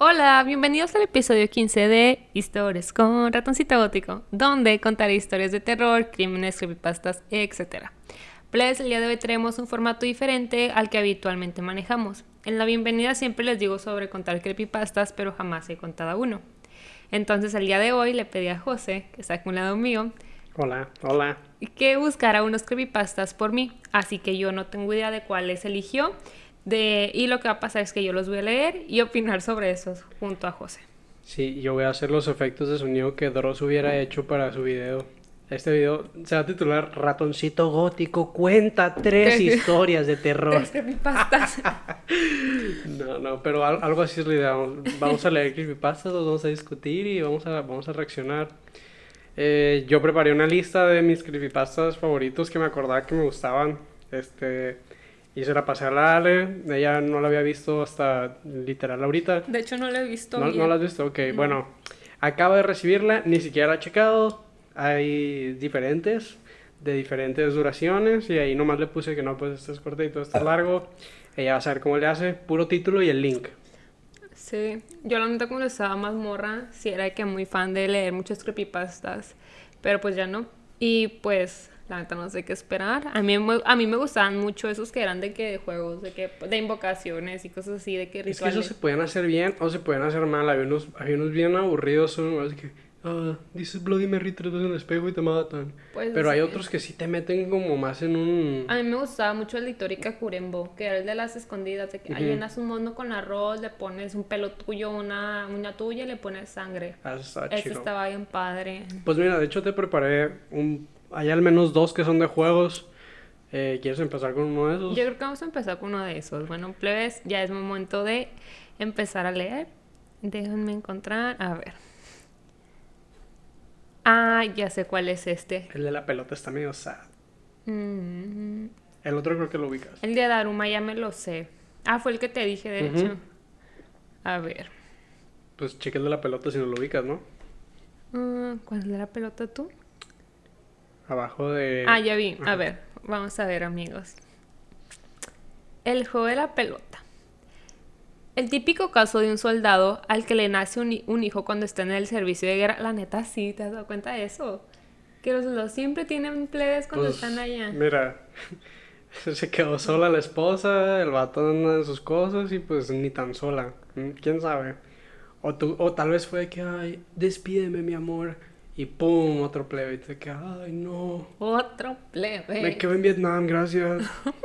Hola, bienvenidos al episodio 15 de Historias con Ratoncito Gótico, donde contaré historias de terror, crímenes, creepypastas, etc. Pues el día de hoy tenemos un formato diferente al que habitualmente manejamos. En la bienvenida siempre les digo sobre contar creepypastas, pero jamás he contado uno. Entonces el día de hoy le pedí a José, que está aquí a un lado mío, Hola. que buscara unos creepypastas por mí. Así que yo no tengo idea de cuáles eligió. Y lo que va a pasar es que yo los voy a leer y opinar sobre esos junto a José. Sí, yo voy a hacer los efectos de sonido que Dross hubiera hecho para su video. Este video se va a titular Ratoncito Gótico cuenta 3 historias de terror. 3 creepypastas. No, pero algo así es la idea. Vamos a leer creepypastas, los vamos a discutir y vamos a reaccionar. Yo preparé una lista de mis creepypastas favoritos que me acordaba que me gustaban. Y se la pasé a la Ale. Ella no la había visto hasta literal ahorita. De hecho, no lo he visto ¿No, bien. ¿No la has visto? Ok, No. Bueno. Acabo de recibirla, ni siquiera la he checado. Hay diferentes, de diferentes duraciones. Y ahí nomás le puse que no, pues este es cortito, este es largo. Ella va a saber cómo le hace. Puro título y el link. Sí, yo la neta cuando estaba más morra, sí era que muy fan de leer muchos creepypastas. Pero pues ya no. Y pues... la neta no sé qué esperar. A mí me gustaban mucho esos que eran de juegos, de invocaciones y cosas así, de que rituales. Es que esos se pueden hacer bien o se pueden hacer mal. Había unos bien aburridos, son así que dices Bloody Mary 3 veces en el espejo y te matan. Pues, pero hay sí. otros que sí te meten como más en un... A mí me gustaba mucho el de Itorika Kurembo, que era el de las escondidas, de que llenas un mono con arroz, le pones un pelo tuyo, una tuya y le pones sangre. Eso estaba Ese chido. estaba bien padre. Pues mira, de hecho te preparé hay al menos 2 que son de juegos. ¿Quieres empezar con uno de esos? Yo creo que vamos a empezar con uno de esos. Bueno, plebes, ya es momento de empezar a leer. Déjenme encontrar, a ver. Ya sé cuál es este. El de la pelota está medio sad. Mm. El otro creo que lo ubicas. El de Daruma ya me lo sé. Fue el que te dije, de hecho. A ver. Pues checa el de la pelota si no lo ubicas, ¿no? ¿Cuál es de la pelota tú? Abajo de... Ya vi. Ajá. A ver, vamos a ver, amigos. El juego de la pelota. El típico caso de un soldado al que le nace un hijo cuando está en el servicio de guerra. La neta, sí, ¿te has dado cuenta de eso? Que los soldados siempre tienen plebes cuando Pues, están allá. Mira, se quedó sola la esposa, el vato anda en sus cosas y pues ni tan sola. ¿Quién sabe? O tal vez fue que, ay, despídeme mi amor. Y pum, otro plebe. Y te queda, ay, no. Otro plebe. Me quedo en Vietnam, gracias.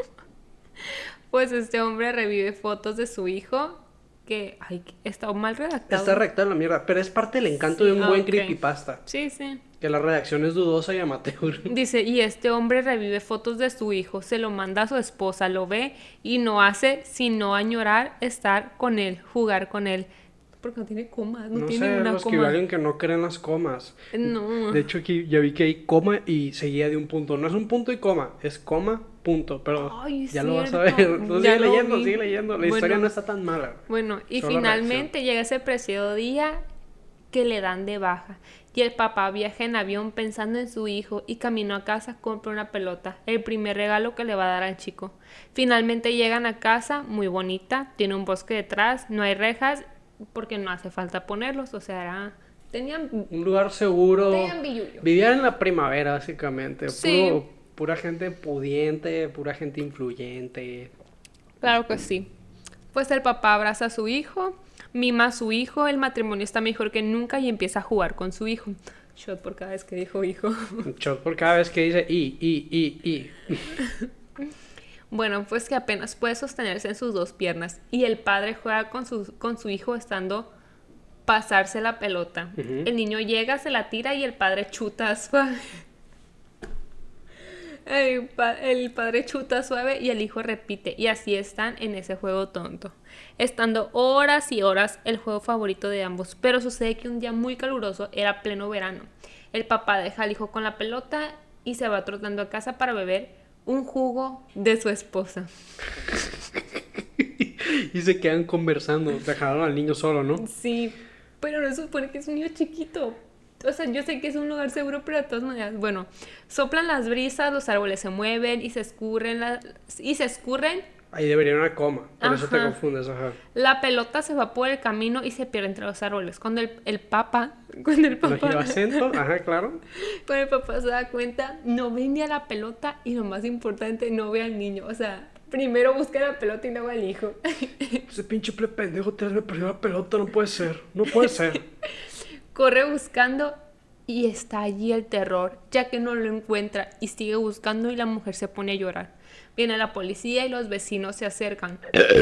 Pues este hombre revive fotos de su hijo que, está mal redactado. Está recta la mierda, pero es parte del encanto Sí, de un buen ok. creepypasta. Sí, sí. Que la redacción es dudosa y amateur. Dice, y este hombre revive fotos de su hijo, se lo manda a su esposa, lo ve y no hace sino añorar estar con él, jugar con él. Porque no tiene comas, no tiene sé, una los que coma. alguien que no creen las comas. No. De hecho, aquí ya vi que hay coma y seguía de un punto. No es un punto y coma, es coma, punto. Pero Ay, ya lo vas a cierto. ver. Tú Ya sigue lo leyendo, vi. sigue leyendo. La Bueno. historia no está tan mala. Bueno, y Solo la finalmente llega ese preciado día que le dan de baja. Y el papá viaja en avión pensando en su hijo y camino a casa compra una pelota, el primer regalo que le va a dar al chico. Finalmente llegan a casa, muy bonita, tiene un bosque detrás, no hay rejas porque no hace falta ponerlos, o sea, tenían Un lugar seguro. billullo. Vivían en la primavera, básicamente. Sí. Pura gente pudiente, pura gente influyente. Claro que sí. Pues el papá abraza a su hijo, mima a su hijo, el matrimonio está mejor que nunca y empieza a jugar con su hijo. Shot por cada vez que dijo hijo. Un shot por cada vez que dice y. Bueno, pues que apenas puede sostenerse en sus 2 piernas y el padre juega con su hijo estando pasarse la pelota. El niño llega, se la tira y el padre chuta suave. El padre chuta suave y el hijo repite. Y así están en ese juego tonto. Estando horas y horas, el juego favorito de ambos. Pero sucede que un día muy caluroso, era pleno verano. El papá deja al hijo con la pelota y se va trotando a casa para beber un jugo de su esposa. Y se quedan conversando. Dejaron al niño solo, ¿no? Sí, pero no se supone que es un niño chiquito. O sea, yo sé que es un lugar seguro, pero de todas maneras, bueno, soplan las brisas, los árboles se mueven y se escurren Ahí debería una coma, por eso te Ajá. confundes, ajá. La pelota se va por el camino y se pierde entre los árboles. Cuando el papá, No lleva acento, ajá, claro. cuando el papá se da cuenta, no ve ni a la pelota y lo más importante, no ve al niño. O sea, primero busca la pelota y luego al hijo. Ese pinche pendejo te me perdió la pelota, no puede ser, no puede ser. Corre buscando y está allí el terror, ya que no lo encuentra y sigue buscando y la mujer se pone a llorar. Viene la policía y los vecinos se acercan.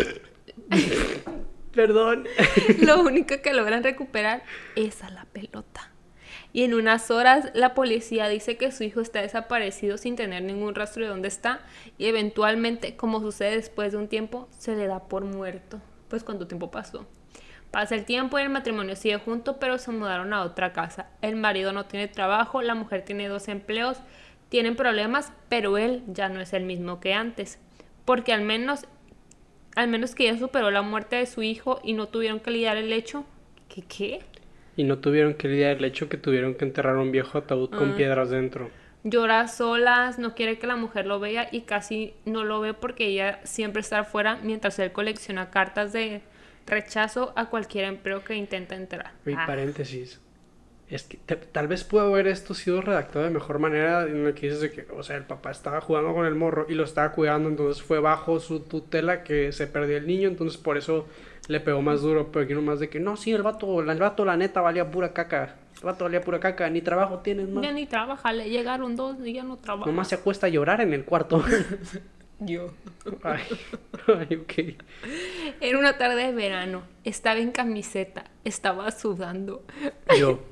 Perdón. Lo único que logran recuperar es a la pelota. Y en unas horas la policía dice que su hijo está desaparecido sin tener ningún rastro de dónde está y eventualmente, como sucede después de un tiempo, se le da por muerto. Pues cuánto tiempo pasó. Pasa el tiempo y el matrimonio sigue junto, pero se mudaron a otra casa. El marido no tiene trabajo, la mujer tiene 2 empleos, tienen problemas, pero él ya no es el mismo que antes. Porque al menos que ella superó la muerte de su hijo y no tuvieron que lidiar el hecho. ¿Qué? Y no tuvieron que lidiar el hecho que tuvieron que enterrar un viejo ataúd con piedras dentro. Llora a solas, no quiere que la mujer lo vea y casi no lo ve porque ella siempre está afuera mientras él colecciona cartas de rechazo a cualquier empleo que intenta entrar. Y paréntesis. Es que tal vez pudo haber esto sido redactado de mejor manera en la que dices de que, o sea, el papá estaba jugando con el morro y lo estaba cuidando, entonces fue bajo su tutela que se perdió el niño, entonces por eso le pegó más duro, pero aquí nomás de que, no, sí, el vato la neta valía pura caca, el vato valía pura caca, ni trabajo tienes, ¿no? Ya ni trabaja, le llegaron 2 y ya no trabaja. Nomás se acuesta a llorar en el cuarto. Yo. Ay, ok. Era una tarde de verano, estaba en camiseta, estaba sudando. Yo.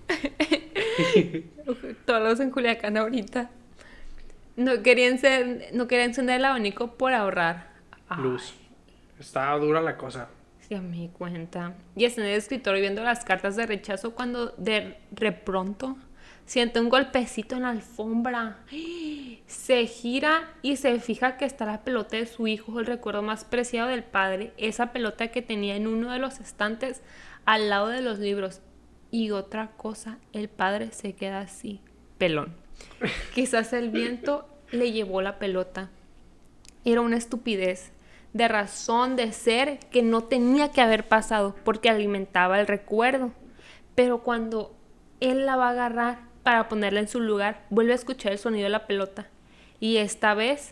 Todos en Culiacán ahorita. No quería encender el abanico por ahorrar. Luz. Estaba dura la cosa. Sí, me di cuenta. Y está en el escritorio viendo las cartas de rechazo cuando de repronto siente un golpecito en la alfombra. Se gira y se fija que está la pelota de su hijo, el recuerdo más preciado del padre, esa pelota que tenía en uno de los estantes al lado de los libros. Y otra cosa, el padre se queda así, pelón. Quizás el viento le llevó la pelota. Era una estupidez, de razón de ser que no tenía que haber pasado porque alimentaba el recuerdo. Pero cuando él la va a agarrar para ponerla en su lugar, vuelve a escuchar el sonido de la pelota. Y esta vez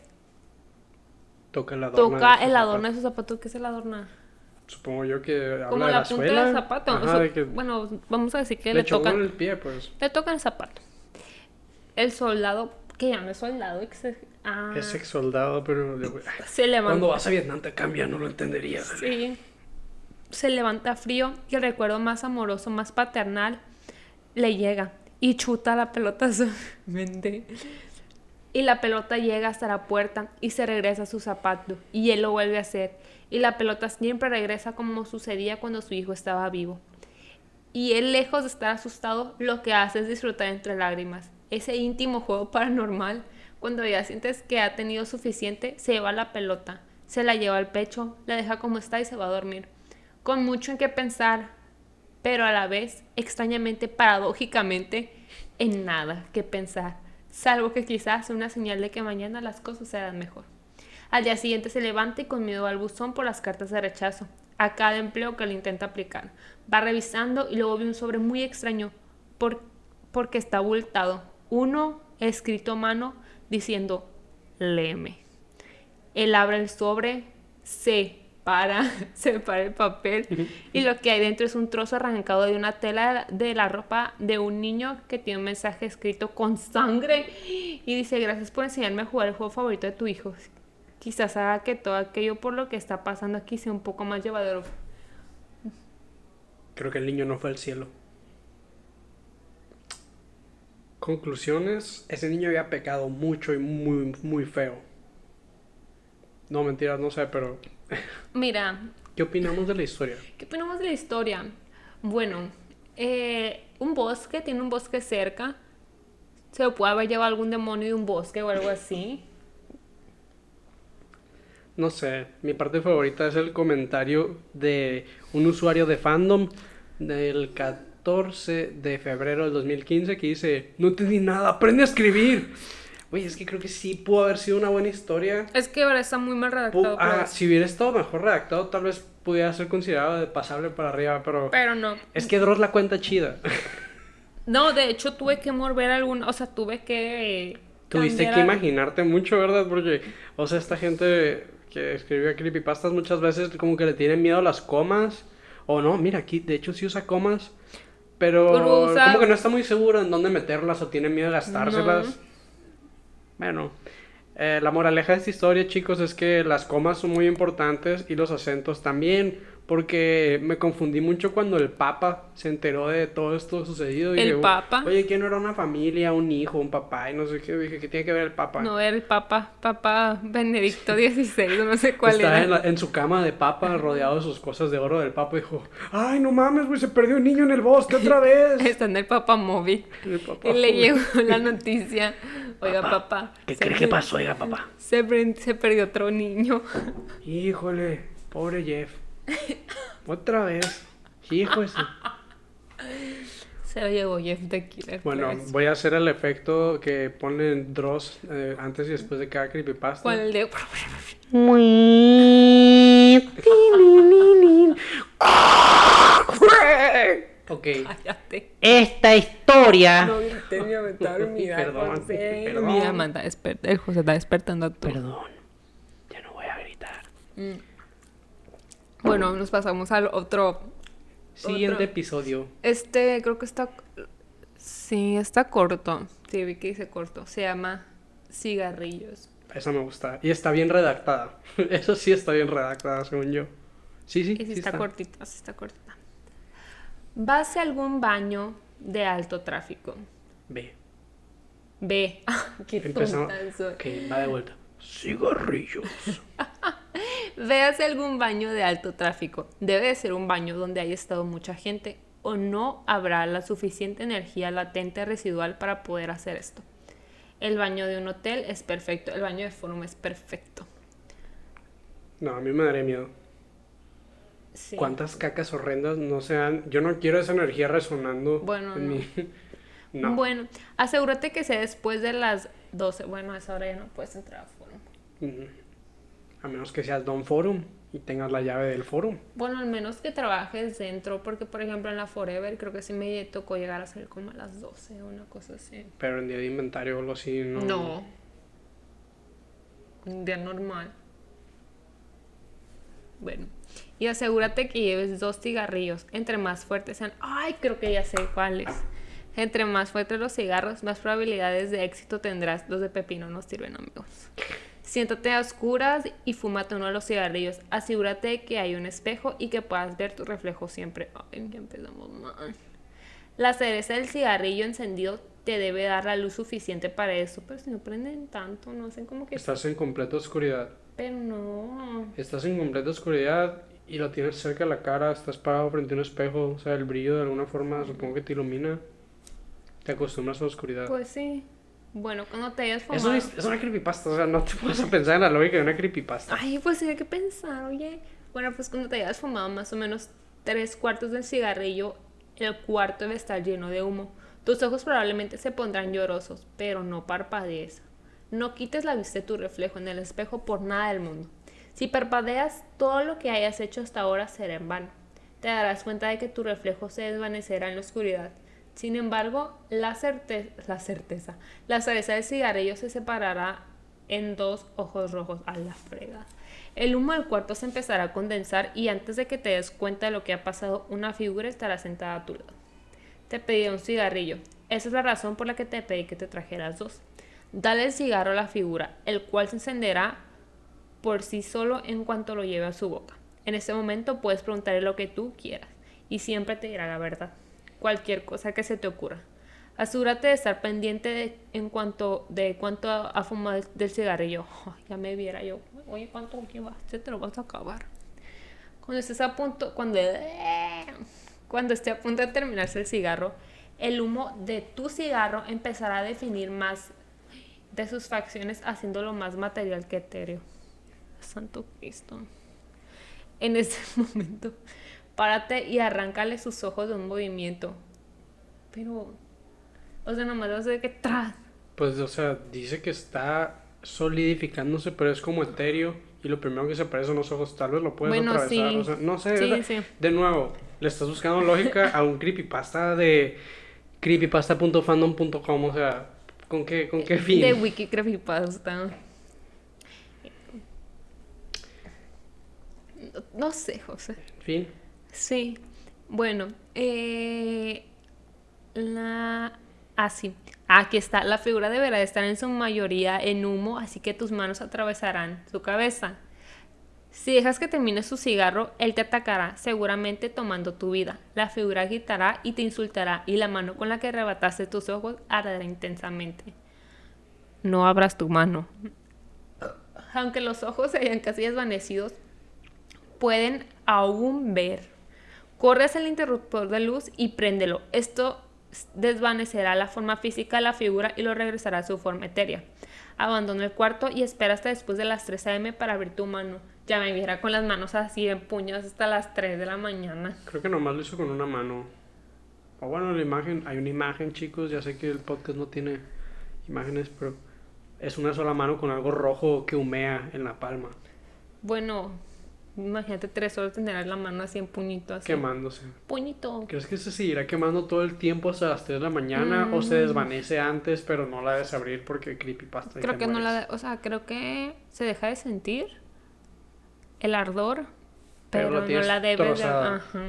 toca el adorno de su zapato. ¿Qué es el adorno? Supongo yo que habla como de la la punta suela. del zapato. Ajá, O sea, de que bueno, vamos a decir que le le chocó tocan en el pie, pues. le tocan el zapato. El soldado, que ya no es soldado, Es ex soldado, pero se levanta. cuando vas a Vietnam te cambia, no lo entenderías. Sí. Se levanta frío y el recuerdo más amoroso, más paternal, le llega y chuta la pelota a su mente. Y la pelota llega hasta la puerta y se regresa a su zapato. Y él lo vuelve a hacer. Y la pelota siempre regresa como sucedía cuando su hijo estaba vivo. Y él, lejos de estar asustado, lo que hace es disfrutar entre lágrimas. Ese íntimo juego paranormal, cuando ya sientes que ha tenido suficiente, se lleva la pelota, se la lleva al pecho, la deja como está y se va a dormir. Con mucho en qué pensar, pero a la vez, extrañamente, paradójicamente, en nada que pensar. Salvo que quizás sea una señal de que mañana las cosas serán mejor. Al día siguiente se levanta y con miedo va al buzón por las cartas de rechazo, a cada empleo que le intenta aplicar. Va revisando y luego ve un sobre muy extraño porque está abultado. Uno escrito a mano diciendo, léeme. Él abre el sobre, separa el papel y lo que hay dentro es un trozo arrancado de una tela de la ropa de un niño que tiene un mensaje escrito con sangre y dice, gracias por enseñarme a jugar el juego favorito de tu hijo. Quizás haga que todo aquello por lo que está pasando aquí sea un poco más llevadero. Creo que el niño no fue al cielo. Conclusiones, ese niño había pecado mucho y muy, muy feo. No, mentiras, no sé, pero... Mira, ¿qué opinamos de la historia? ¿qué opinamos de la historia? Bueno, tiene un bosque cerca. Se lo puede haber llevado algún demonio de un bosque o algo así. No sé, mi parte favorita es el comentario de un usuario de fandom del 14 de febrero del 2015 que dice, no entendí nada, aprende a escribir. Oye, es que creo que sí pudo haber sido una buena historia. Es que ahora está muy mal redactado. Si hubiera estado mejor redactado, tal vez pudiera ser considerado de pasable para arriba, pero no. Es que Dross la cuenta chida. No, de hecho tuve que mover alguna, o sea, tuve que... Tuviste que imaginarte mucho, ¿verdad? Porque, o sea, esta gente que escribe creepypastas muchas veces como que le tienen miedo a las comas. O no, mira, aquí de hecho sí usa comas. Pero como que no está muy seguro en dónde meterlas o tiene miedo de gastárselas. No. Bueno, la moraleja de esta historia, chicos, es que las comas son muy importantes y los acentos también. Porque me confundí mucho cuando el Papa se enteró de todo esto sucedido. Y ¿El dije, Papa? Oye, ¿quién no era una familia, un hijo, un papá? Y no sé qué. Dije, ¿qué tiene que ver el Papa? No, era el Papa Benedicto XVI, no sé cuál era. Estaba en su cama de Papa, rodeado de sus cosas de oro del Papa. Dijo, ¡ay, no mames, güey! Se perdió un niño en el bosque otra vez. Está en el Papa móvil. Y le llegó la noticia. Oiga, papá. ¿Qué cree que pasó, oiga, papá? Se perdió otro niño. Híjole, pobre Jeff. Otra vez. Hijo ese. Se lo llevó Jeff the Killer. Bueno, voy a hacer el efecto que ponen Dross antes y después de cada creepypasta. ¿Cuál el de? Ok. Cállate. Esta historia. No grité ni a meter, mira. Perdón. Mira, Amanda, el José está despertando a tú. Perdón. Ya no voy a gritar. Bueno, nos pasamos al otro siguiente episodio. Creo que está... Sí, está corto. Sí, vi que dice corto. Se llama Cigarrillos. Esa me gusta. Y está bien redactada. Eso sí está bien redactada, según yo. Sí. Y sí está cortita, sí está cortita. ¿Vas a algún baño de alto tráfico? Ve. Qué tonta soy. Ok, va de vuelta. Cigarrillos. Véase algún baño de alto tráfico. Debe de ser un baño donde haya estado mucha gente o no habrá la suficiente energía latente residual para poder hacer esto. El baño de un hotel es perfecto. El baño de Forum es perfecto. No, a mí me daría miedo. Sí. ¿Cuántas cacas horrendas no sean? Yo no quiero esa energía resonando en mí. No. Bueno, asegúrate que sea después de las 12. Bueno, a esa hora ya no puedes entrar a Forum. A menos que seas Don Forum y tengas la llave del Forum. Bueno, al menos que trabajes dentro, porque por ejemplo en la Forever creo que sí me tocó llegar a salir como a las 12 o una cosa así. Pero en día de inventario o algo así, ¿no? No. Un día normal. Bueno, y asegúrate que lleves 2 cigarrillos. Entre más fuertes sean... ¡Ay! Creo que ya sé cuáles. Entre más fuertes los cigarros, más probabilidades de éxito tendrás. Los de pepino no sirven, amigos. Siéntate a oscuras y fúmate uno de los cigarrillos. Asegúrate de que hay un espejo y que puedas ver tu reflejo siempre. Ay, ya empezamos mal. La cereza del cigarrillo encendido te debe dar la luz suficiente para eso. Pero si no prenden tanto, no hacen como que... Estás en completa oscuridad. Pero no. Estás en completa oscuridad y lo tienes cerca de la cara. Estás parado frente a un espejo. O sea, el brillo de alguna forma supongo que te ilumina. Te acostumbras a la oscuridad. Pues sí. Bueno, cuando te hayas fumado... Es una creepypasta, o sea, no te puedes pensar en la lógica de una creepypasta. Ay, pues sí hay que pensar, oye. Bueno, pues cuando te hayas fumado más o menos 3/4 del cigarrillo, el cuarto debe estar lleno de humo. Tus ojos probablemente se pondrán llorosos, pero no parpadees. No quites la vista de tu reflejo en el espejo por nada del mundo. Si parpadeas, todo lo que hayas hecho hasta ahora será en vano. Te darás cuenta de que tu reflejo se desvanecerá en la oscuridad. Sin embargo, la cereza del cigarrillo se separará en 2 ojos rojos a la fregada. El humo del cuarto se empezará a condensar y antes de que te des cuenta de lo que ha pasado, una figura estará sentada a tu lado. Te pedí un cigarrillo. Esa es la razón por la que te pedí que te trajeras 2. Dale el cigarro a la figura, el cual se encenderá por sí solo en cuanto lo lleve a su boca. En ese momento puedes preguntarle lo que tú quieras y siempre te dirá la verdad. Cualquier cosa que se te ocurra. Asegúrate de estar pendiente de cuánto ha fumado del cigarrillo. Oh, ya me viera yo. Oye, ¿cuánto llevaste? Te lo vas a acabar. Cuando estés a punto, cuando esté a punto de terminarse el cigarro, el humo de tu cigarro empezará a definir más de sus facciones, haciéndolo más material que etéreo. Santo Cristo. En ese momento, párate y arráncale sus ojos de un movimiento. Pero, o sea, nomás vas a ver que tras. Pues, o sea, dice que está solidificándose, pero es como etéreo. Y lo primero que se aparece son los ojos. Tal vez lo puedes Bueno, atravesar. sí. O sea, no sé. O Sí, sea, sí. de nuevo, le estás buscando lógica a un creepypasta de creepypasta.fandom.com. O sea, con qué De fin? Wiki Creepypasta. No sé, José. Fin. Sí. Bueno, la... Ah, sí. Aquí está. La figura deberá estar en su mayoría en humo, así que tus manos atravesarán su cabeza. Si dejas que termine su cigarro, él te atacará, seguramente tomando tu vida. La figura gritará y te insultará, y la mano con la que arrebataste tus ojos arderá intensamente. No abras tu mano. Aunque los ojos se hayan casi desvanecidos, pueden aún ver. Corre hacia el interruptor de luz y préndelo. Esto desvanecerá la forma física de la figura y lo regresará a su forma etérea. Abandona el cuarto y espera hasta después de las 3 a.m. para abrir tu mano. Ya me viera con las manos así en puños hasta las 3 de la mañana. Creo que nomás lo hizo con una mano. O bueno, la imagen. Hay una imagen, chicos. Ya sé que el podcast no tiene imágenes, pero es una sola mano con algo rojo que humea en la palma. Bueno, imagínate 3 horas tener la mano así en puñito así. Quemándose. Puñito. ¿Crees que se seguirá quemando todo el tiempo hasta las 3 de la mañana o se desvanece antes pero no la debes abrir porque creepypasta? Creo que no la... O sea, creo que se deja de sentir el ardor, pero la no tienes la debes de... trozada. Ajá.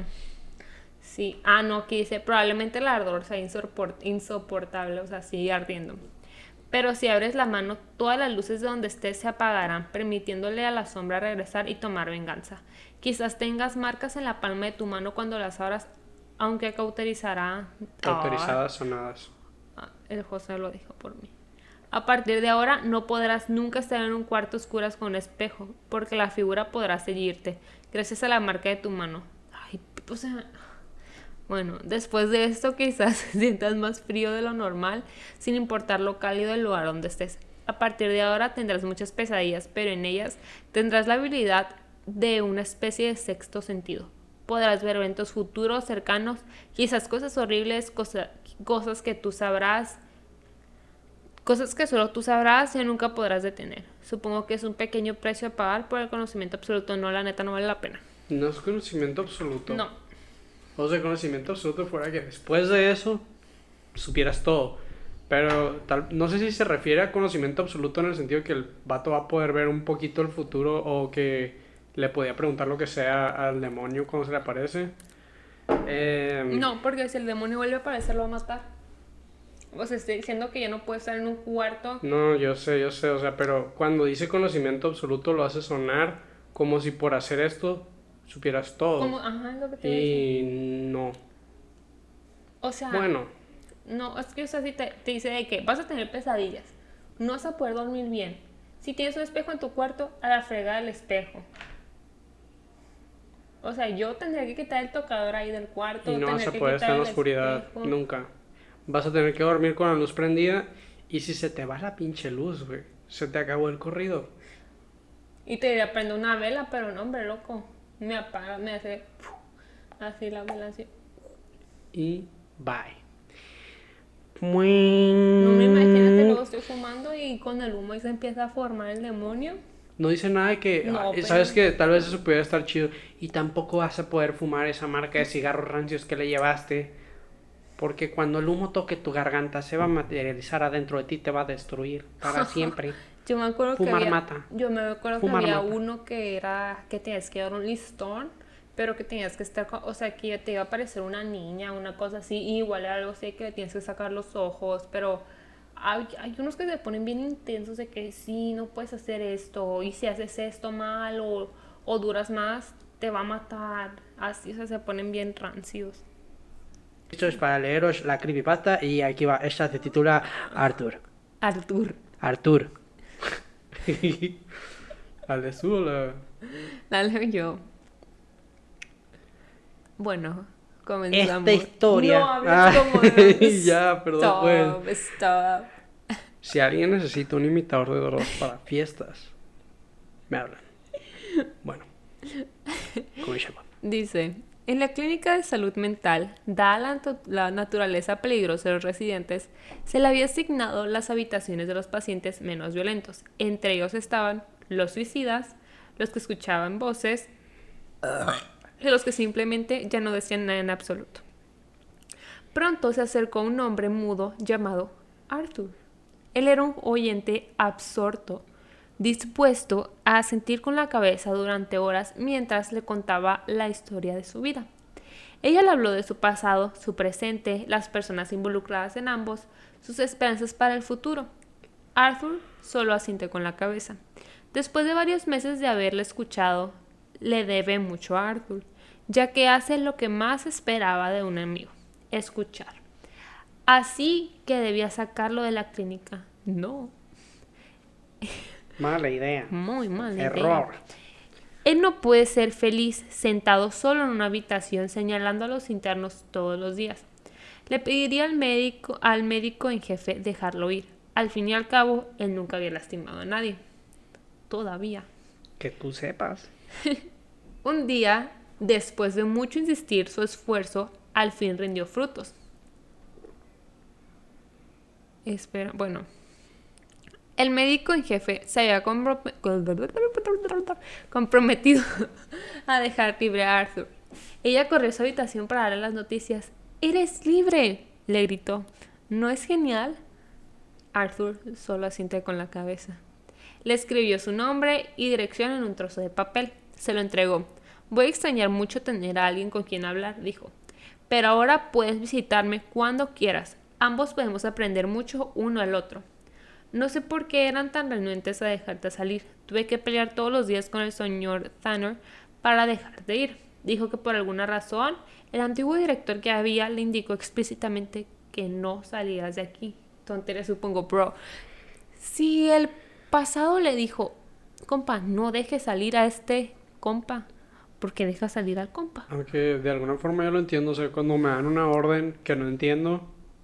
Sí. Ah, no, aquí dice, probablemente el ardor sea insoportable, o sea, sigue ardiendo. Pero si abres la mano, todas las luces de donde estés se apagarán, permitiéndole a la sombra regresar y tomar venganza. Quizás tengas marcas en la palma de tu mano cuando las abras, aunque Cauterizadas, sonadas. El José lo dijo por mí. A partir de ahora no podrás nunca estar en un cuarto oscuras con un espejo, porque la figura podrá seguirte, gracias a la marca de tu mano. Ay, o sea... Bueno, después de esto quizás sientas más frío de lo normal, sin importar lo cálido del lugar donde estés. A partir de ahora tendrás muchas pesadillas, pero en ellas tendrás la habilidad de una especie de sexto sentido. Podrás ver eventos futuros, cercanos, quizás cosas horribles, cosas que tú sabrás, cosas que solo tú sabrás y nunca podrás detener. Supongo que es un pequeño precio a pagar por el conocimiento absoluto. No, la neta no vale la pena. No es conocimiento absoluto. No. O sea, conocimiento absoluto fuera que después de eso supieras todo. Pero no sé si se refiere a conocimiento absoluto en el sentido que el vato va a poder ver un poquito el futuro o que le podía preguntar lo que sea al demonio cuando se le aparece. No, porque si el demonio vuelve a aparecer lo va a matar. O sea, estoy diciendo que ya no puede estar en un cuarto. No, yo sé, o sea, pero cuando dice conocimiento absoluto lo hace sonar como si por hacer esto supieras todo. Ajá, es lo que te Y no. O sea, Bueno, no, es que o sea, si te dice de que vas a tener pesadillas, no vas a poder dormir bien. Si tienes un espejo en tu cuarto, a la fregada del espejo. O sea, yo tendría que quitar el tocador ahí del cuarto. y no vas tendría a que poder quitar estar en la el oscuridad espejo. nunca. Vas a tener que dormir con la luz prendida y si se te va la pinche luz, güey, se te acabó el corrido. Y te diría, prende una vela, pero no, hombre, loco. Me apaga, me hace así la vela, así. Y bye. No me imagínate, luego estoy fumando y con el humo y se empieza a formar el demonio. No dice nada de que, No, sabes pero- que tal vez eso pudiera estar chido y tampoco vas a poder fumar esa marca de cigarros rancios que le llevaste porque cuando el humo toque tu garganta se va a materializar adentro de ti, te va a destruir para siempre. Yo me acuerdo Fumar que había, mata. yo me acuerdo Fumar que había mata. uno que era que tenías que dar un listón, pero que tenías que estar, o sea, que te iba a aparecer una niña, una cosa así, y igual era algo así que le tienes que sacar los ojos, pero hay unos que se ponen bien intensos de que sí, no puedes hacer esto, y si haces esto mal o duras más, te va a matar, así, o sea, se ponen bien rancios. Esto es para leeros la creepypasta y aquí va, esta se titula Arthur. Artur, ¿Al de su o la...? la leo yo. Bueno, comenzamos. Esta historia. No hables como Ya, perdón, pues. Stop. Si alguien necesita un imitador de Dross para fiestas, me hablan. Bueno, con Shepard. Dice, En la clínica de salud mental, dada la naturaleza peligrosa de los residentes, se le había asignado las habitaciones de los pacientes menos violentos. Entre ellos estaban los suicidas, los que escuchaban voces y los que simplemente ya no decían nada en absoluto. Pronto se acercó un hombre mudo llamado Arthur. Él era un oyente absorto, dispuesto a sentir con la cabeza durante horas mientras le contaba la historia de su vida. Ella le habló de su pasado, su presente, las personas involucradas en ambos, sus esperanzas para el futuro. Arthur solo asintió con la cabeza. Después de varios meses de haberle escuchado, le debe mucho a Arthur, ya que hace lo que más esperaba de un amigo, escuchar. Así que debía sacarlo de la clínica. No. Mala idea. Muy mala Error. idea. Él no puede ser feliz sentado solo en una habitación señalando a los internos todos los días. Le pediría al médico en jefe dejarlo ir. Al fin y al cabo, él nunca había lastimado a nadie. Todavía. Que tú sepas. Un día, después de mucho insistir, su esfuerzo al fin rindió frutos. El médico en jefe se había comprometido a dejar libre a Arthur. Ella corrió a su habitación para darle las noticias. ¡Eres libre!, le gritó. ¿No es genial? Arthur solo asintió con la cabeza. Le escribió su nombre y dirección en un trozo de papel. Se lo entregó. Voy a extrañar mucho tener a alguien con quien hablar, dijo. Pero ahora puedes visitarme cuando quieras. Ambos podemos aprender mucho uno al otro. No sé por qué eran tan renuentes a dejarte salir. Tuve que pelear todos los días con el señor Tanner para dejarte ir. Dijo que por alguna razón el antiguo director que había le indicó explícitamente que no salieras de aquí. Tontería, supongo, bro. Si el pasado le dijo, compa, no dejes salir a este compa, ¿por qué deja salir al compa? Aunque de alguna forma yo lo entiendo. O sea, cuando me dan una orden que no entiendo,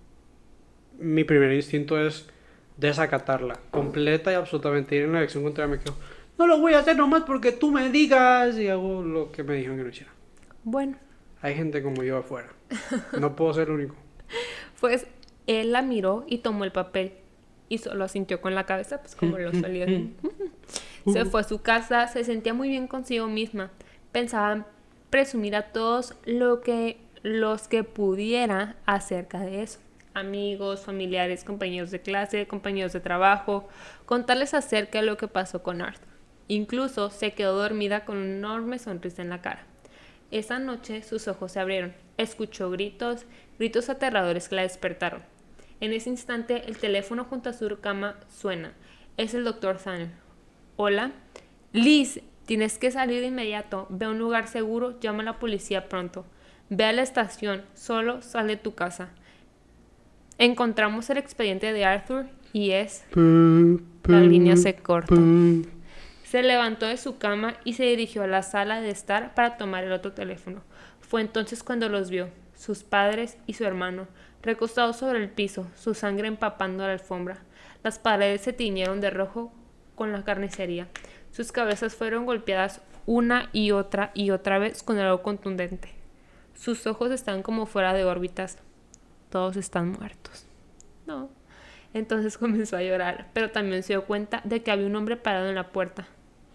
mi primer instinto es desacatarla, completa y absolutamente, ir en la dirección contraria. Me quedo, no lo voy a hacer nomás porque tú me digas, y hago lo que me dijeron que no hiciera. Bueno, Hay gente como yo afuera, no puedo ser el único. pues él la miró y tomó el papel y solo asintió con la cabeza, pues como lo solía hacer. Se fue a su casa, se sentía muy bien consigo misma. Pensaba en presumir a todos los que pudiera acerca de eso. Amigos, familiares, compañeros de clase, compañeros de trabajo, contarles acerca de lo que pasó con Arthur. Incluso se quedó dormida con una enorme sonrisa en la cara. Esa noche sus ojos se abrieron. Escuchó gritos aterradores que la despertaron. En ese instante el teléfono junto a su cama suena. Es el Dr. Tanner. Hola. Liz, tienes que salir de inmediato. Ve a un lugar seguro, llama a la policía pronto. Ve a la estación, solo sal de tu casa. Encontramos el expediente de Arthur y es... La línea se corta. Se levantó de su cama y se dirigió a la sala de estar para tomar el otro teléfono. Fue entonces cuando los vio, sus padres y su hermano, recostados sobre el piso, su sangre empapando la alfombra. Las paredes se tiñeron de rojo con la carnicería. Sus cabezas fueron golpeadas una y otra vez con algo contundente. Sus ojos están como fuera de órbitas. Todos están muertos. No. Entonces comenzó a llorar, pero también se dio cuenta de que había un hombre parado en la puerta.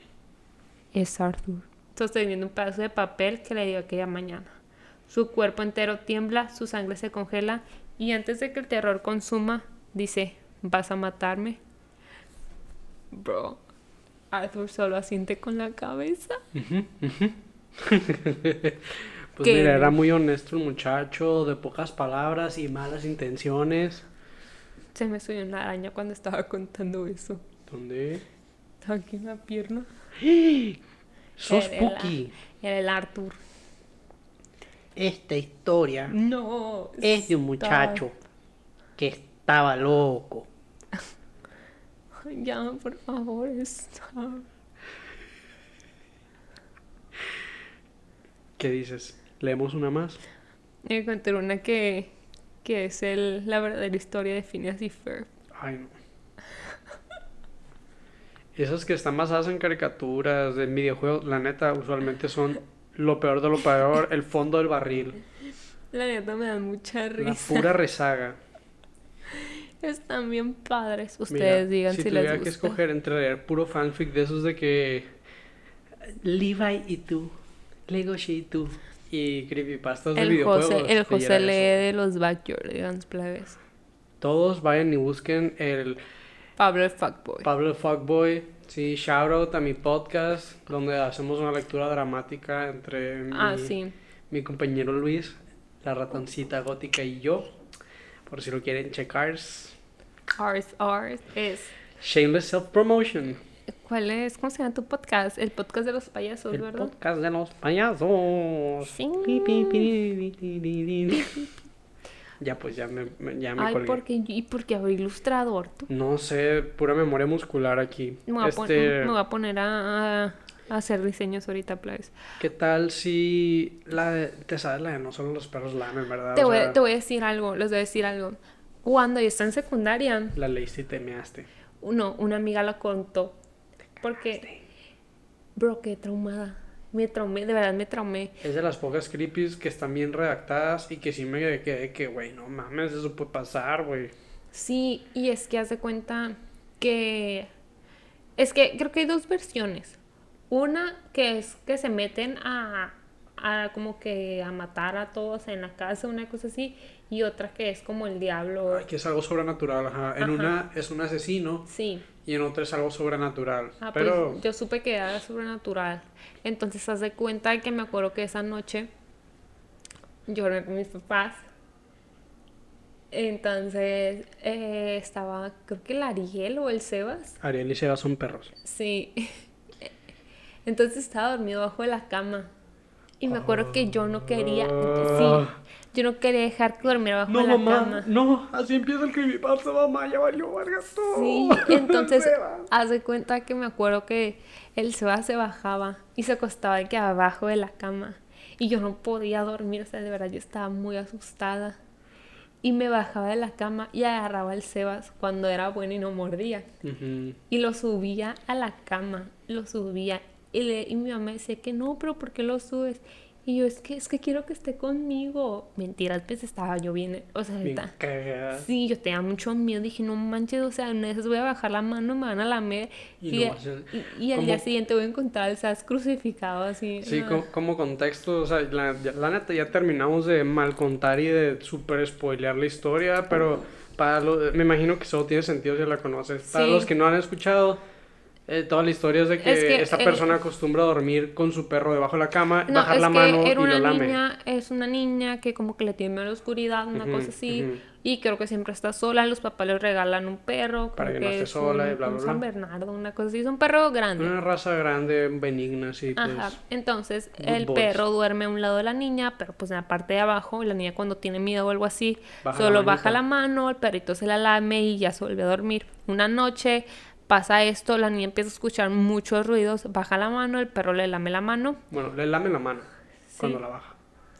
Es Arthur, sosteniendo un pedazo de papel que le dio aquella mañana. Su cuerpo entero tiembla, su sangre se congela y antes de que el terror consuma, dice, ¿vas a matarme? Bro, Arthur solo asiente con la cabeza. Pues mira, era muy honesto el muchacho, de pocas palabras y malas intenciones. Se me subió una araña cuando estaba contando eso. ¿Dónde? Estaba aquí en la pierna. ¡Sos spooky! Era el Arthur. Esta historia No. es de un muchacho que estaba loco. Ya, por favor, stop. ¿Qué dices? ¿Leemos una más? Encontré una que es la verdadera historia de Phineas y Ferb. Ay, no. Esas que están basadas en caricaturas, en videojuegos, la neta, usualmente son lo peor de lo peor, el fondo del barril. La neta me da mucha La risa. pura rezaga. Están bien padres. Mira, Ustedes digan si les tuviera gusta. que escoger entre leer puro fanfic de esos de que Levi y tú, Legoshi y tú, y creepypastas de videojuegos. El José lee eso. de los Backyardigans plebes. Todos vayan y busquen el Pablo el Fuckboy. Pablo Fuckboy. Sí, shout out a mi podcast, donde hacemos una lectura dramática entre Sí. mi compañero Luis, la ratoncita gótica y yo. Por si lo quieren checar. Ours es. Shameless Self-Promotion. ¿Cuál es? ¿Cómo se llama tu podcast? El podcast de los payasos, El ¿verdad? podcast de los payasos. Sí. Ya pues, ya me Ay, colgué. ¿y por qué abrí ilustrador tú? No sé, pura memoria muscular aquí. Me voy a poner a hacer diseños ahorita, plebes. ¿Qué tal si te sabes la de no solo los perros lamen, verdad? Te O voy sea, a decir algo, les voy a decir algo. Cuando yo estaba en secundaria, la leíste y te measte. una amiga la contó. Porque, bro, qué traumada. Me traumé, de verdad me traumé. Es de las pocas creepies que están bien redactadas y que sí me quedé que, güey, no mames, eso puede pasar, güey. Sí, y es que haz de cuenta que... Es que creo que hay dos versiones. Una que es que se meten a como que a matar a todos en la casa, una cosa así. Y otra que es como el diablo. Ay, que es algo sobrenatural, ajá. En una es un asesino Sí. y en otra es algo sobrenatural. Pues Pero yo supe que era sobrenatural. Entonces haz de cuenta que me acuerdo que esa noche yo dormí con mis papás. Entonces estaba, creo que el Ariel o el Sebas. Ariel y Seba son perros. Sí. Entonces estaba dormido bajo de la cama. Y me acuerdo que yo no quería. Sí. Yo no quería dejar que durmiera bajo de la cama. No, así empieza el creepypasta, mamá, ya valió verga todo. Sí, entonces haz de cuenta que me acuerdo que el Sebas se bajaba y se acostaba de que abajo de la cama. Y yo no podía dormir, o sea, de verdad yo estaba muy asustada. Y me bajaba de la cama y agarraba al Sebas cuando era bueno y no mordía. Ujú. Y lo subía a la cama, lo subía. Y mi mamá decía que no, pero ¿por qué lo subes? Y yo, es que quiero que esté conmigo. Mentiras, pues estaba yo bien, o sea, Bien cagada. sí, yo tenía mucho miedo. Dije, no manches, o sea, una vez voy a bajar la mano, me van a lamer. Y no va a ser- Y al como- día siguiente voy a encontrar al Sebas crucificado así. Sí, Ah. como contexto, o sea, la neta ya terminamos de mal contar y de super spoilear la historia, pero me imagino que solo tiene sentido si la conoces. Para Sí. los que no han escuchado, toda la historia es de que, Es que, esta persona acostumbra a dormir con su perro debajo de la cama, No, bajar es la que mano y era lo una lame. niña, es una niña que como que le tiene miedo a la oscuridad, una Ujú, cosa así, ujú. y creo que siempre está sola, los papás le regalan un perro, Para creo que no esté es sola y un, bla, bla, un bla. San Bernardo, una cosa así, es un perro grande. Una raza grande, benigna, sí, pues. Ajá, entonces good el boys. perro duerme a un lado de la niña, pero pues en la parte de abajo, la niña cuando tiene miedo o algo así, Baja la solo manita. baja la mano, el perrito se la lame y ya se vuelve a dormir. Una noche pasa esto, la niña empieza a escuchar muchos ruidos, baja la mano, el perro le lame la mano. Bueno, le lame la mano Sí. cuando la baja.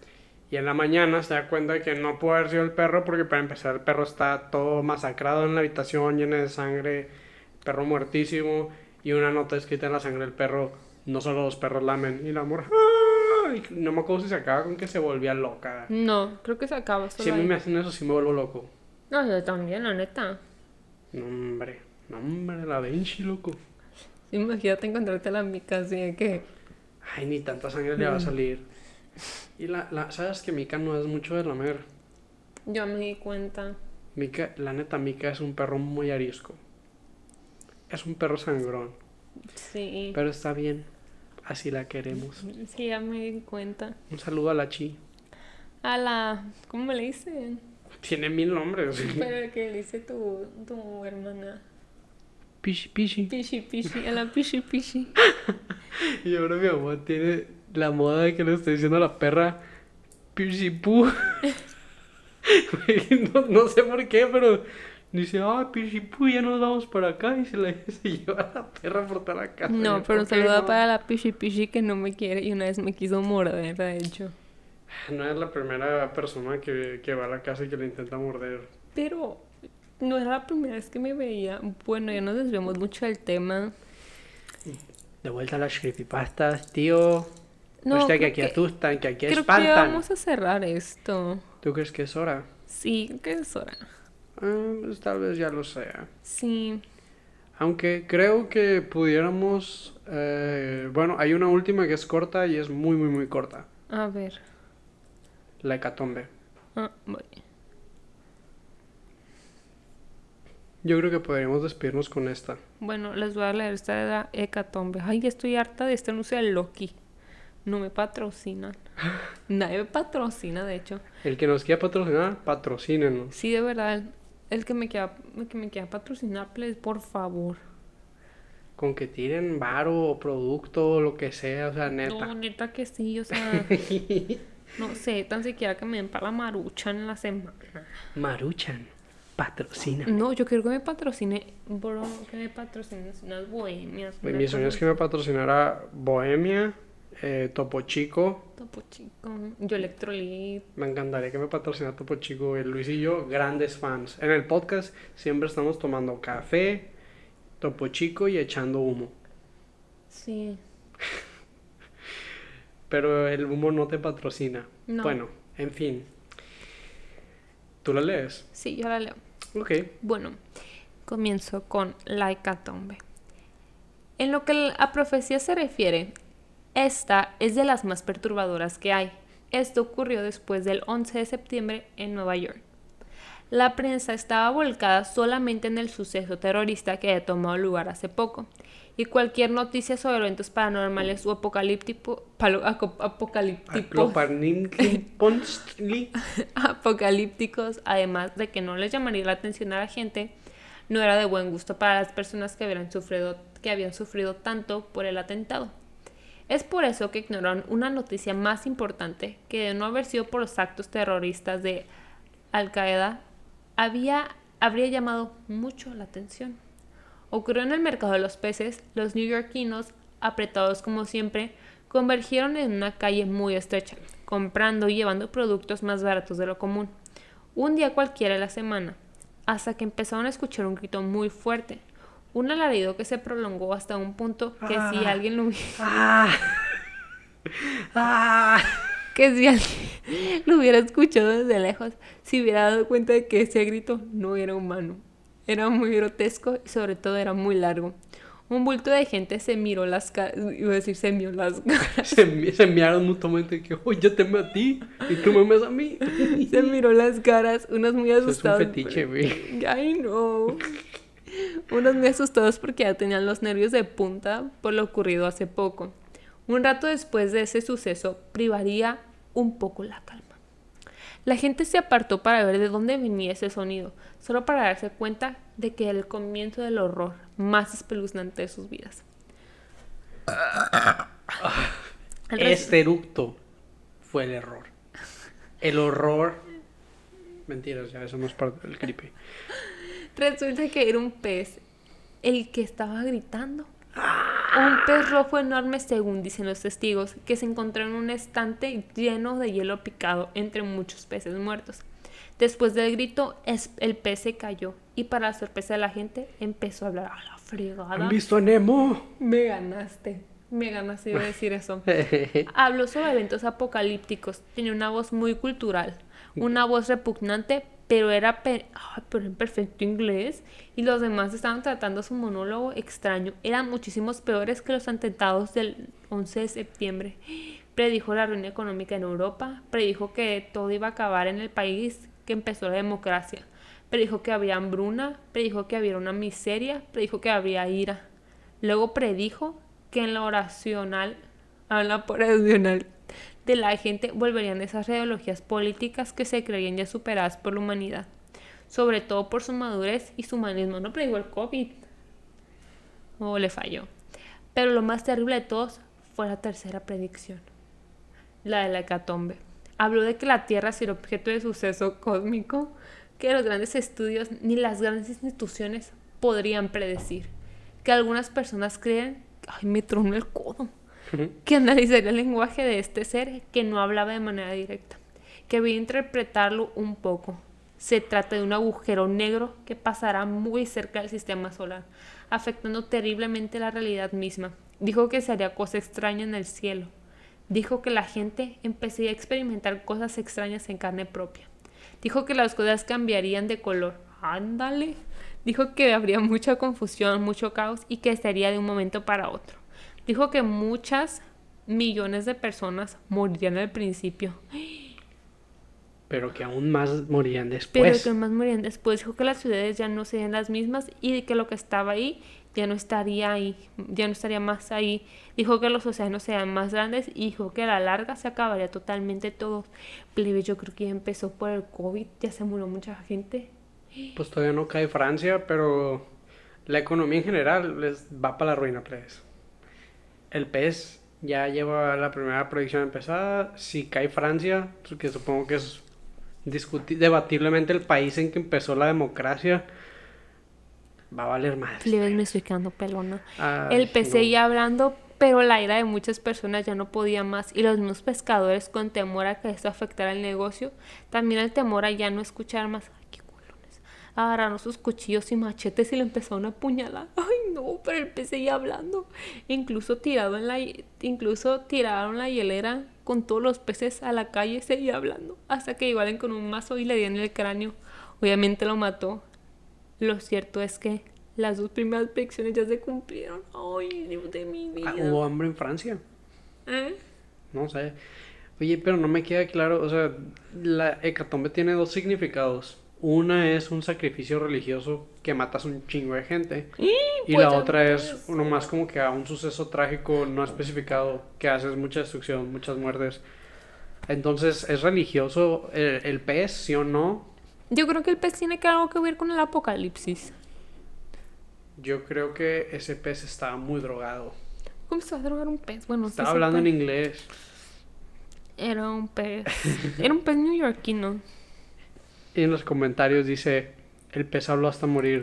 Y en la mañana se da cuenta de que no puede haber sido el perro porque para empezar el perro está todo masacrado en la habitación, lleno de sangre, perro muertísimo y una nota escrita en la sangre del perro, no solo los perros lamen. Y la morra, ¡ah! Y no me acuerdo si se acaba con que se volvía loca. No, creo que se acaba solo Si a mí ahí. me hacen eso, sí me vuelvo loco. No, yo también, la neta. No, hombre, la Benchi, loco. Imagínate encontrarte la mica así de que... Ay, ni tanta sangre le va a salir. Y ¿sabes que Mika no es mucho de lamer? Yo me di cuenta. Mika, la neta, Mika es un perro muy arisco. Es un perro sangrón. Sí. Pero está bien. Así la queremos. Sí, ya me di cuenta. Un saludo a la Chi. A la... ¿Cómo le dicen? Tiene 1000 nombres. Pero que le dice tu hermana. Pichi, pichi. Pichi, pichi. A la pichi, pichi. Y ahora mi mamá tiene la moda de que le está diciendo a la perra Pichi Pu. No sé por qué, pero dice, Pichi Pu, ya nos vamos para acá. Y se lleva a la perra por toda la casa. No, Y yo, pero un ¿por qué saludo no? para la pichi, pichi que no me quiere y una vez me quiso morder, de hecho. No es la primera persona que va a la casa y que le intenta morder. Pero no era la primera vez que me veía. Bueno, ya nos desviamos mucho del tema. De vuelta a las creepypastas, tío. No, Hostia, que creo aquí asustan, que aquí creo que espantan. vamos a cerrar esto. ¿Tú crees que es hora? Sí, ¿qué es hora? Pues tal vez ya lo sea. Sí. Aunque creo que pudiéramos... bueno, hay una última que es corta y es muy, muy, muy corta. A ver. La hecatombe. Voy. Yo creo que podríamos despedirnos con esta. Bueno, les voy a leer esta de la hecatombe. Ay, estoy harta de este anuncio de Loki. No me patrocinan. Nadie me patrocina, de hecho. El que nos quiera patrocinar, patrocínenos. Sí, de verdad. El que me quiera patrocinar, please, por favor. Con que tiren varo o producto o lo que sea, o sea, neta. No, neta que sí, o sea, no sé, tan siquiera que me den para la maruchan en la semana. Maruchan, patrocina. No, yo quiero que me patrocine, bro, que me patrocinen unas bohemias. Mi sueño es que me patrocinara Bohemia, Topo Chico. Topo Chico, yo Electrolit. Me encantaría que me patrocinara Topo Chico. Luis y yo, grandes fans. En el podcast siempre estamos tomando café, Topo Chico y echando humo. Sí. Pero el humo no te patrocina. No. Bueno, en fin. ¿Tú la lees? Sí, yo la leo. Ok. Bueno, comienzo con la hecatombe. En lo que a profecía se refiere, esta es de las más perturbadoras que hay. Esto ocurrió después del 11 de septiembre en Nueva York. La prensa estaba volcada solamente en el suceso terrorista que había tomado lugar hace poco, y cualquier noticia sobre eventos paranormales o apocalípticos, además de que no les llamaría la atención a la gente, no era de buen gusto para las personas que habían sufrido tanto por el atentado. Es por eso que ignoraron una noticia más importante, que de no haber sido por los actos terroristas de Al-Qaeda, habría llamado mucho la atención. Ocurrió en el mercado de los peces. Los neoyorquinos, apretados como siempre, convergieron en una calle muy estrecha, comprando y llevando productos más baratos de lo común. Un día cualquiera de la semana, hasta que empezaron a escuchar un grito muy fuerte, un alarido que se prolongó hasta un punto que si alguien lo que si alguien lo hubiera escuchado desde lejos, se hubiera dado cuenta de que ese grito no era humano. Era muy grotesco y sobre todo era muy largo. Un bulto de gente se miró las caras, iba a decir se miró las caras. Se miraron mutuamente que, oh, yo te meo a ti y tú me meas a mí. Se miró las caras, unos muy asustados. Es un fetiche, güey. Ay, no. Unos muy asustados porque ya tenían los nervios de punta por lo ocurrido hace poco. Un rato después de ese suceso, privaría un poco la calma. La gente se apartó para ver de dónde venía ese sonido, solo para darse cuenta de que era el comienzo del horror más espeluznante de sus vidas. Este eructo fue el error. El horror. Mentiras, ya eso no es parte del creepy. Resulta que era un pez el que estaba gritando. Un pez rojo enorme, según dicen los testigos, que se encontró en un estante lleno de hielo picado entre muchos peces muertos. Después del grito, el pez se cayó y para la sorpresa de la gente empezó a hablar. ¡A la fregada! ¿Han visto a Nemo? Me ganaste iba a decir eso. Habló sobre eventos apocalípticos, tenía una voz muy cultural, una voz repugnante, pero pero en perfecto inglés, y los demás estaban tratando su monólogo extraño. Eran muchísimos peores que los atentados del 11 de septiembre. Predijo la ruina económica en Europa, predijo que todo iba a acabar en el país que empezó la democracia, predijo que habría hambruna, predijo que habría una miseria, predijo que habría ira. Luego predijo que en la oracional de la gente volverían esas ideologías políticas que se creían ya superadas por la humanidad, sobre todo por su madurez y su humanismo. No predijo el COVID, o le falló. Pero lo más terrible de todos fue la tercera predicción, la de la hecatombe. Habló de que la Tierra será objeto de suceso cósmico que los grandes estudios ni las grandes instituciones podrían predecir, que algunas personas creen, ay, me tronó el codo, que analizaría el lenguaje de este ser que no hablaba de manera directa, que había de interpretarlo un poco. Se trata de un agujero negro que pasará muy cerca del sistema solar, afectando terriblemente la realidad misma. Dijo que se haría cosa extraña en el cielo. Dijo que la gente empezaría a experimentar cosas extrañas en carne propia. Dijo que las cosas cambiarían de color. Ándale. Dijo que habría mucha confusión, mucho caos y que estaría de un momento para otro. Dijo que muchas millones de personas morirían al principio. Pero que aún más morían Pero después. que más morían después. Dijo que las ciudades ya no serían las mismas y que lo que estaba ahí ya no estaría ahí, ya no estaría más ahí. Dijo que los océanos serían más grandes y dijo que a la larga se acabaría totalmente todo. Plebe, yo creo que ya empezó por el COVID, ya se murió mucha gente. Pues todavía no cae Francia, pero la economía en general les va para la ruina, plebes. El PES ya lleva la primera predicción empezada. Si cae Francia, que supongo que es debatiblemente el país en que empezó la democracia, va a valer más. Plebes, me estoy quedando pelona. Ay, El pez no. seguía hablando, pero la ira de muchas personas ya no podía más y los mismos pescadores, con temor a que esto afectara el negocio, también el temor a ya no escuchar más. Ay, qué culones. Agarraron sus cuchillos y machetes y le empezaron a apuñalar. Ay, no, pero el pez seguía hablando. Incluso tiraron la hielera con todos los peces a la calle, seguía hablando, hasta que llegaron con un mazo y le dieron en el cráneo. Obviamente lo mató. Lo cierto es que las dos primeras predicciones ya se cumplieron. Ay, Dios de mi vida. ¿Hubo hambre en Francia? ¿Eh? No sé. Oye, pero no me queda claro, o sea, la hecatombe tiene dos significados. Una es un sacrificio religioso que matas un chingo de gente. Y pues la otra es uno más como que a un suceso trágico no especificado que haces mucha destrucción, muchas muertes. Entonces, ¿es religioso el pez, sí o no? Yo creo que el pez tiene algo que ver con el apocalipsis. Yo creo que ese pez estaba muy drogado. ¿Cómo se va a drogar un pez? Bueno, sí Estaba se hablando en puede. inglés. Era un pez. Era un pez neoyorquino. Y en los comentarios dice, el pez habló hasta morir.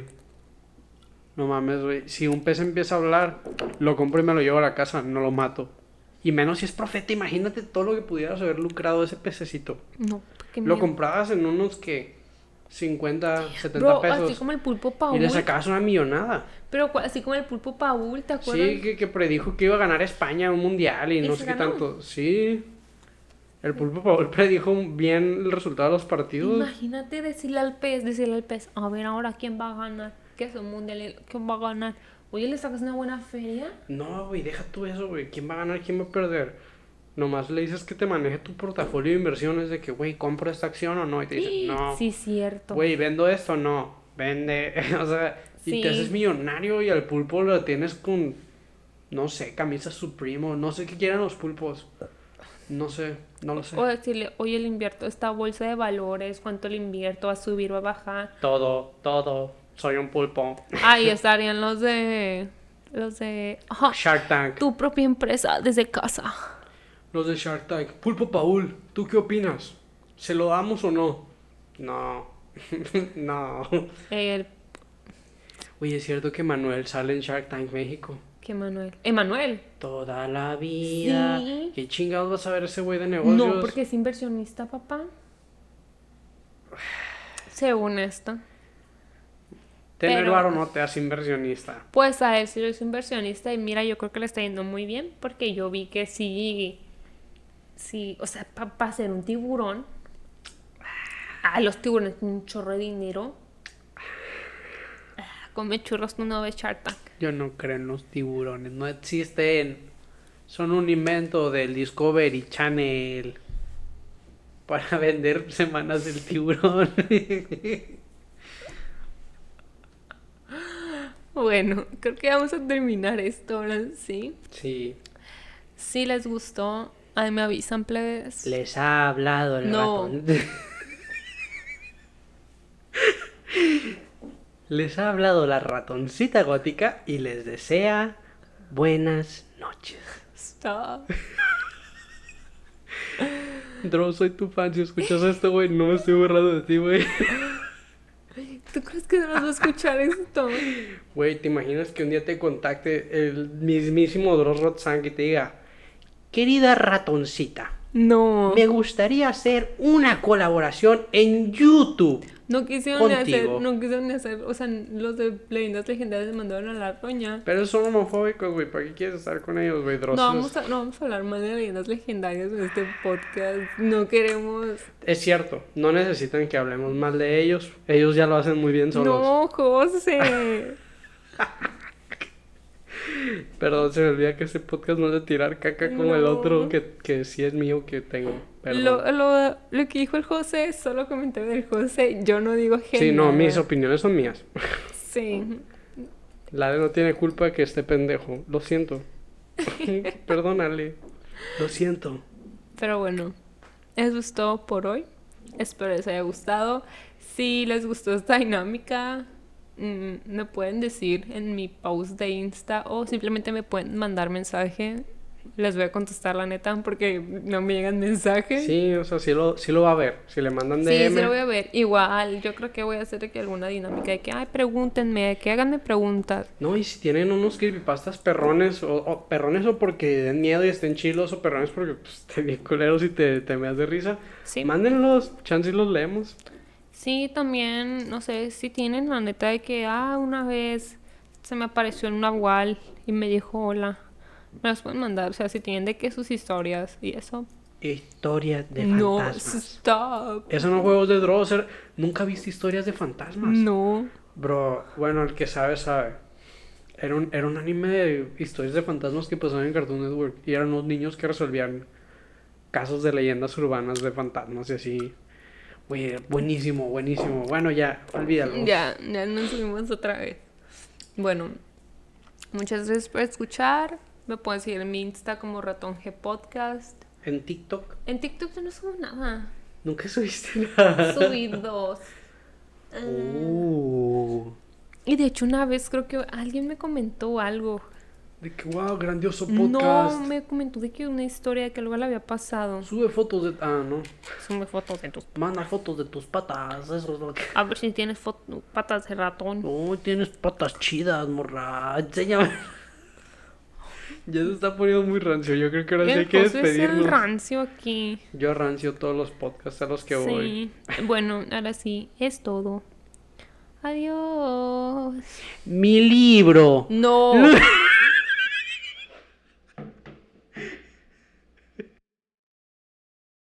No mames, güey. Si un pez empieza a hablar, lo compro y me lo llevo a la casa, no lo mato. Y menos si es profeta, imagínate todo lo que pudieras haber lucrado ese pececito. No, qué Lo miedo. comprabas en unos que 50, 70 Bro, pesos. así como el pulpo Y Paul. le sacabas una millonada. Pero así como el pulpo Paul, ¿te acuerdas? Sí, que predijo que iba a ganar España un mundial y ¿Y no se sé qué ganó? tanto. Sí. El pulpo Paul predijo bien el resultado de los partidos. Imagínate decirle al pez, a ver ahora quién va a ganar, que es un mundial, quién va a ganar. Oye, le sacas una buena feria. No, güey, deja tú eso, güey. ¿Quién va a ganar? ¿Quién va a perder? Nomás le dices que te maneje tu portafolio de inversiones de que, güey, ¿compro esta acción o no? Y te dice, no. Sí, cierto. Güey, ¿vendo esto o no? Vende. O sea, y Sí. te haces millonario y al pulpo lo tienes con, no sé, camisas Supremo. No sé qué quieren los pulpos. No sé, no lo sé. O decirle, oye, le invierto esta bolsa de valores, ¿cuánto le invierto? ¿Va a subir o a bajar? Todo. Soy un pulpo. Ahí estarían ajá, Shark Tank. tu propia empresa desde casa. Los de Shark Tank. Pulpo Paul, ¿tú qué opinas? ¿Se lo damos o no? No. No. El Oye, es cierto que Manuel sale en Shark Tank México. ¿Qué Manuel? Emanuel. Toda la vida. Sí. ¿Qué chingados vas a ver ese güey de negocios? No, porque es inversionista, papá. Según esto. Tener pero- varo no te hace inversionista. Pues a él sí es inversionista y mira, yo creo que le está yendo muy bien porque yo vi que sí, o sea, para ser un tiburón, los tiburones tienen un chorro de dinero. Come churros, tú no ves Shark Tank. Yo no creo en los tiburones, no existen. Son un invento del Discovery Channel para vender semanas del tiburón. Bueno, creo que vamos a terminar esto ahora, ¿sí? Sí. Si les gustó, ahí me avisan, plebes. Les ha hablado el No. ratón. Les ha hablado la ratoncita gótica y les desea buenas noches. Stop. Drow, soy tu fan. Si escuchas esto, güey, no me estoy borrando de ti, güey. ¿Tú crees que no vas a escuchar esto? Güey, ¿te imaginas que un día te contacte el mismísimo Dross Rotzank y te diga: querida ratoncita, No. me gustaría hacer una colaboración en YouTube. No quisieron Contigo. ni hacer, o sea, los de leyendas legendarias les mandaron a la roña. Pero son homofóbicos, güey. ¿Para qué quieres estar con ellos, güey? No vamos a hablar más de leyendas legendarias en este podcast. No queremos. Es cierto, no necesitan que hablemos mal de ellos. Ellos ya lo hacen muy bien solos. No, José. Perdón, se me olvida que este podcast no es de tirar caca como el otro que sí es mío que tengo. Perdón. Lo que dijo el José, solo comentario del José. Yo no digo gente. Sí, no, mis opiniones son mías. Sí. Lale no tiene culpa de que esté pendejo. Lo siento. Perdónale. Lo siento. Pero bueno, eso es todo por hoy. Espero les haya gustado. Si les gustó esta dinámica, me pueden decir en mi post de Insta o simplemente me pueden mandar mensaje. Les voy a contestar la neta porque no me llegan mensajes. Sí, o sea, sí lo va a ver. Si le mandan DM. Sí, sí lo voy a ver. Igual, yo creo que voy a hacer de que alguna dinámica de que, ay, pregúntenme, de que háganme preguntas. No, y si tienen unos creepypastas perrones, o perrones o porque den miedo y estén chilos, o perrones porque pues, te bien culeros y te me das de risa, Sí. mándenlos, chance y los leemos. Sí, también, no sé, si tienen la neta de que, una vez se me apareció un nahual y me dijo hola. Me las pueden mandar, o sea, si tienen de que sus historias y eso. Historias de No, fantasmas. stop. Eso no juegos de Drosser. ¿Nunca viste historias de fantasmas? No. Bro, bueno, el que sabe, sabe. Era un anime de historias de fantasmas que pasaban en Cartoon Network. Y eran unos niños que resolvían casos de leyendas urbanas de fantasmas y así. Oye, buenísimo, buenísimo. Bueno, ya, olvídalo. Ya nos subimos otra vez. Bueno, muchas gracias por escuchar. Me pueden seguir en mi Insta como Ratón G Podcast. En TikTok. En TikTok yo no subo nada. Nunca subiste nada. Subí 2. Y de hecho una vez creo que alguien me comentó algo. De que, wow, grandioso podcast. No, me comentó de que una historia que luego le había pasado. Sube fotos de... Ah, no. Sube fotos de tus... Manda fotos de tus patas. Eso es lo que... A ver si tienes patas de ratón. No, tienes patas chidas, morra. Enséñame. Ya se está poniendo muy rancio. Yo creo que ahora sí hay que José es el despedirnos. rancio aquí. Yo rancio todos los podcasts a los que voy. Sí. Bueno, ahora sí, es todo. Adiós. Mi libro. No.